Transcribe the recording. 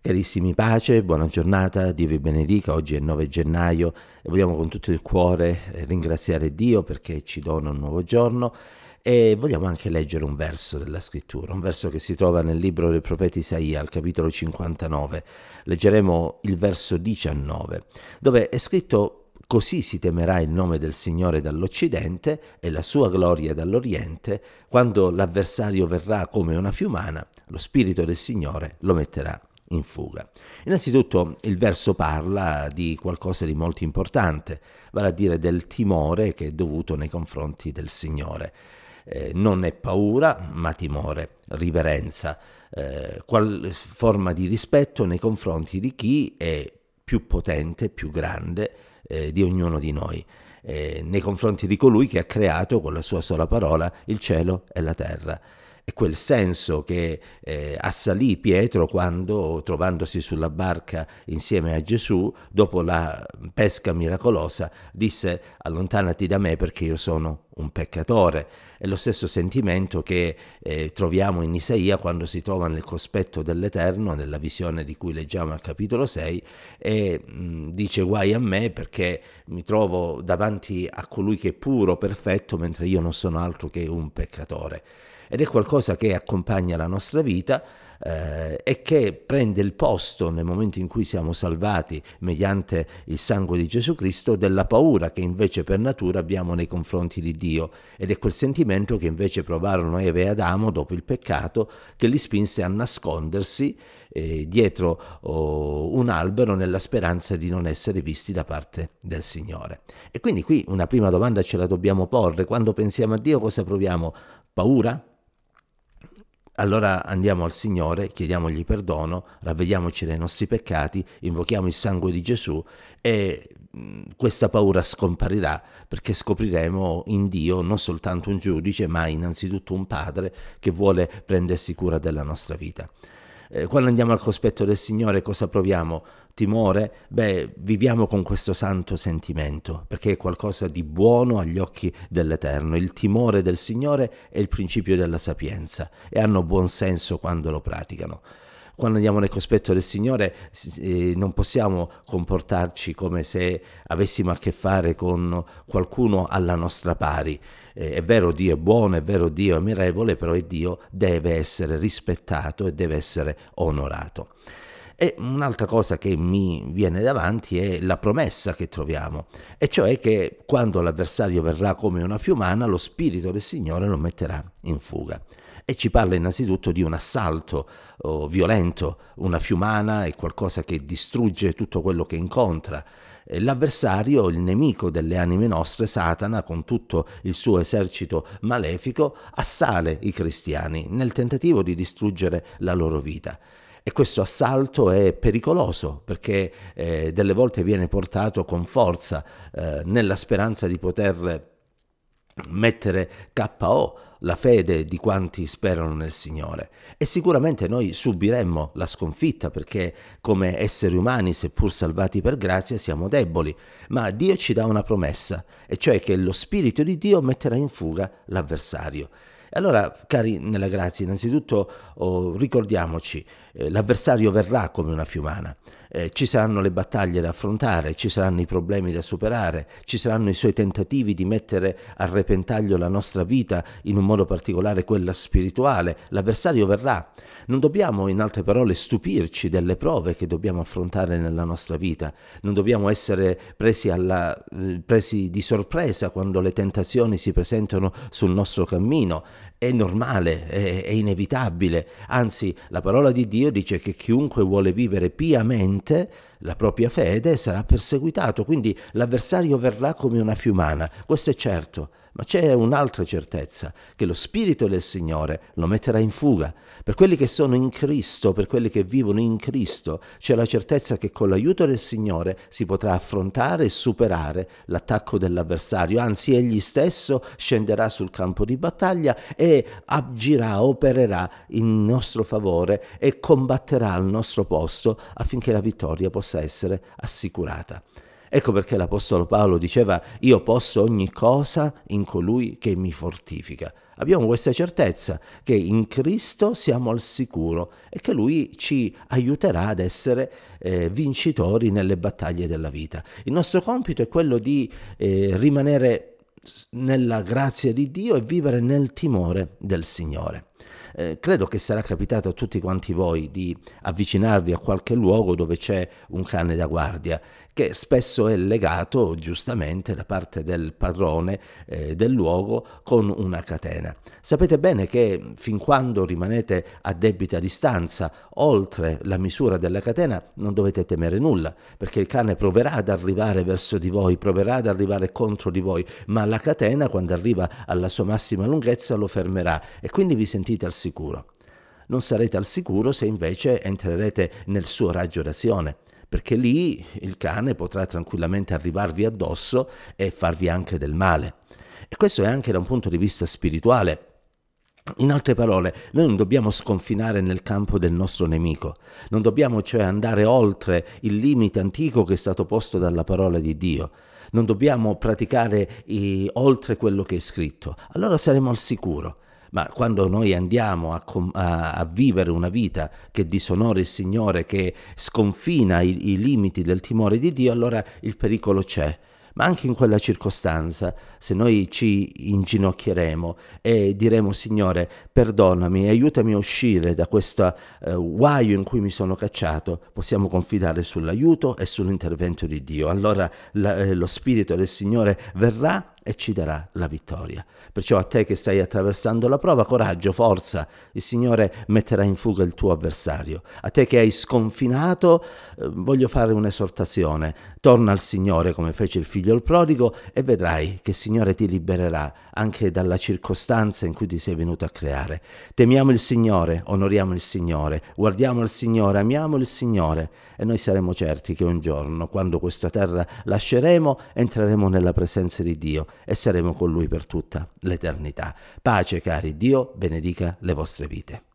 Carissimi, pace, buona giornata, Dio vi benedica. Oggi è 9 gennaio e vogliamo con tutto il cuore ringraziare Dio perché ci dona un nuovo giorno e vogliamo anche leggere un verso della scrittura, un verso che si trova nel libro del profeta Isaia, al capitolo 59. Leggeremo il verso 19, dove è scritto: «Così si temerà il nome del Signore dall'Occidente e la sua gloria dall'Oriente, quando l'avversario verrà come una fiumana, lo Spirito del Signore lo metterà in fuga». Innanzitutto il verso parla di qualcosa di molto importante, vale a dire del timore che è dovuto nei confronti del Signore. Non è paura, ma timore, riverenza, forma di rispetto nei confronti di chi è più potente, più grande di ognuno di noi, nei confronti di colui che ha creato con la sua sola parola il cielo e la terra. È quel senso che assalì Pietro quando, trovandosi sulla barca insieme a Gesù, dopo la pesca miracolosa, disse: «Allontanati da me perché io sono un peccatore». È lo stesso sentimento che troviamo in Isaia quando si trova nel cospetto dell'Eterno, nella visione di cui leggiamo al capitolo 6, e dice: «Guai a me perché mi trovo davanti a colui che è puro, perfetto, mentre io non sono altro che un peccatore». Ed è qualcosa che accompagna la nostra vita e che prende il posto, nel momento in cui siamo salvati mediante il sangue di Gesù Cristo, della paura che invece per natura abbiamo nei confronti di Dio. Ed è quel sentimento che invece provarono Eva e Adamo dopo il peccato, che li spinse a nascondersi dietro un albero nella speranza di non essere visti da parte del Signore. E quindi qui una prima domanda ce la dobbiamo porre: quando pensiamo a Dio cosa proviamo? Paura? Allora andiamo al Signore, chiediamogli perdono, ravvediamoci dai nostri peccati, invochiamo il sangue di Gesù e questa paura scomparirà, perché scopriremo in Dio non soltanto un giudice, ma innanzitutto un padre che vuole prendersi cura della nostra vita. Quando andiamo al cospetto del Signore cosa proviamo? Timore? Viviamo con questo santo sentimento, perché è qualcosa di buono agli occhi dell'Eterno. Il timore del Signore è il principio della sapienza e hanno buon senso quando lo praticano. Quando andiamo nel cospetto del Signore non possiamo comportarci come se avessimo a che fare con qualcuno alla nostra pari. È vero, Dio è buono, è vero, Dio è ammirevole, però Dio deve essere rispettato e deve essere onorato. E un'altra cosa che mi viene davanti è la promessa che troviamo, e cioè che quando l'avversario verrà come una fiumana, lo Spirito del Signore lo metterà in fuga. E ci parla innanzitutto di un assalto violento. Una fiumana è qualcosa che distrugge tutto quello che incontra. L'avversario, il nemico delle anime nostre, Satana, con tutto il suo esercito malefico, assale i cristiani nel tentativo di distruggere la loro vita. E questo assalto è pericoloso perché delle volte viene portato con forza nella speranza di poter mettere KO la fede di quanti sperano nel Signore. E sicuramente noi subiremmo la sconfitta, perché come esseri umani, seppur salvati per grazia, siamo deboli, ma Dio ci dà una promessa, e cioè che lo Spirito di Dio metterà in fuga l'avversario. E allora, cari nella grazia, innanzitutto ricordiamoci, l'avversario verrà come una fiumana. Ci saranno le battaglie da affrontare, ci saranno i problemi da superare, ci saranno i suoi tentativi di mettere a repentaglio la nostra vita, in un modo particolare quella spirituale. L'avversario verrà. Non dobbiamo, in altre parole, stupirci delle prove che dobbiamo affrontare nella nostra vita. Non dobbiamo essere presi di sorpresa quando le tentazioni si presentano sul nostro cammino. È normale, è inevitabile. Anzi, la parola di Dio dice che chiunque vuole vivere piamente la propria fede sarà perseguitato, quindi l'avversario verrà come una fiumana, questo è certo, ma c'è un'altra certezza, che lo Spirito del Signore lo metterà in fuga. Per quelli che sono in Cristo, per quelli che vivono in Cristo, c'è la certezza che con l'aiuto del Signore si potrà affrontare e superare l'attacco dell'avversario, anzi egli stesso scenderà sul campo di battaglia e agirà, opererà in nostro favore e combatterà al nostro posto affinché la vittoria possa essere assicurata. Ecco perché l'Apostolo Paolo diceva: io posso ogni cosa in colui che mi fortifica. Abbiamo questa certezza che in Cristo siamo al sicuro e che Lui ci aiuterà ad essere vincitori nelle battaglie della vita. Il nostro compito è quello di rimanere nella grazia di Dio e vivere nel timore del Signore. Credo che sarà capitato a tutti quanti voi di avvicinarvi a qualche luogo dove c'è un cane da guardia, che spesso è legato giustamente da parte del padrone del luogo con una catena. Sapete bene che fin quando rimanete a debita distanza, oltre la misura della catena, non dovete temere nulla, perché il cane proverà ad arrivare verso di voi, proverà ad arrivare contro di voi, ma la catena, quando arriva alla sua massima lunghezza, lo fermerà e quindi vi sentite al sicuro. Non sarete al sicuro se invece entrerete nel suo raggio d'azione, perché lì il cane potrà tranquillamente arrivarvi addosso e farvi anche del male. E questo è anche da un punto di vista spirituale. In altre parole, noi non dobbiamo sconfinare nel campo del nostro nemico, non dobbiamo cioè andare oltre il limite antico che è stato posto dalla parola di Dio, non dobbiamo praticare oltre quello che è scritto, allora saremo al sicuro. Ma quando noi andiamo a vivere una vita che disonora il Signore, che sconfina i limiti del timore di Dio, allora il pericolo c'è. Ma anche in quella circostanza, se noi ci inginocchieremo e diremo: Signore, perdonami, aiutami a uscire da questo guaio in cui mi sono cacciato, possiamo confidare sull'aiuto e sull'intervento di Dio. Allora lo Spirito del Signore verrà e ci darà la vittoria. Perciò a te che stai attraversando la prova, coraggio, forza, il Signore metterà in fuga il tuo avversario. A te che hai sconfinato, voglio fare un'esortazione: torna al Signore come fece il figlio il prodigo e vedrai che il Signore ti libererà anche dalla circostanza in cui ti sei venuto a creare. Temiamo il Signore, onoriamo il Signore, guardiamo al Signore, amiamo il Signore e noi saremo certi che un giorno, quando questa terra lasceremo, entreremo nella presenza di Dio e saremo con Lui per tutta l'eternità. Pace, cari, Dio benedica le vostre vite.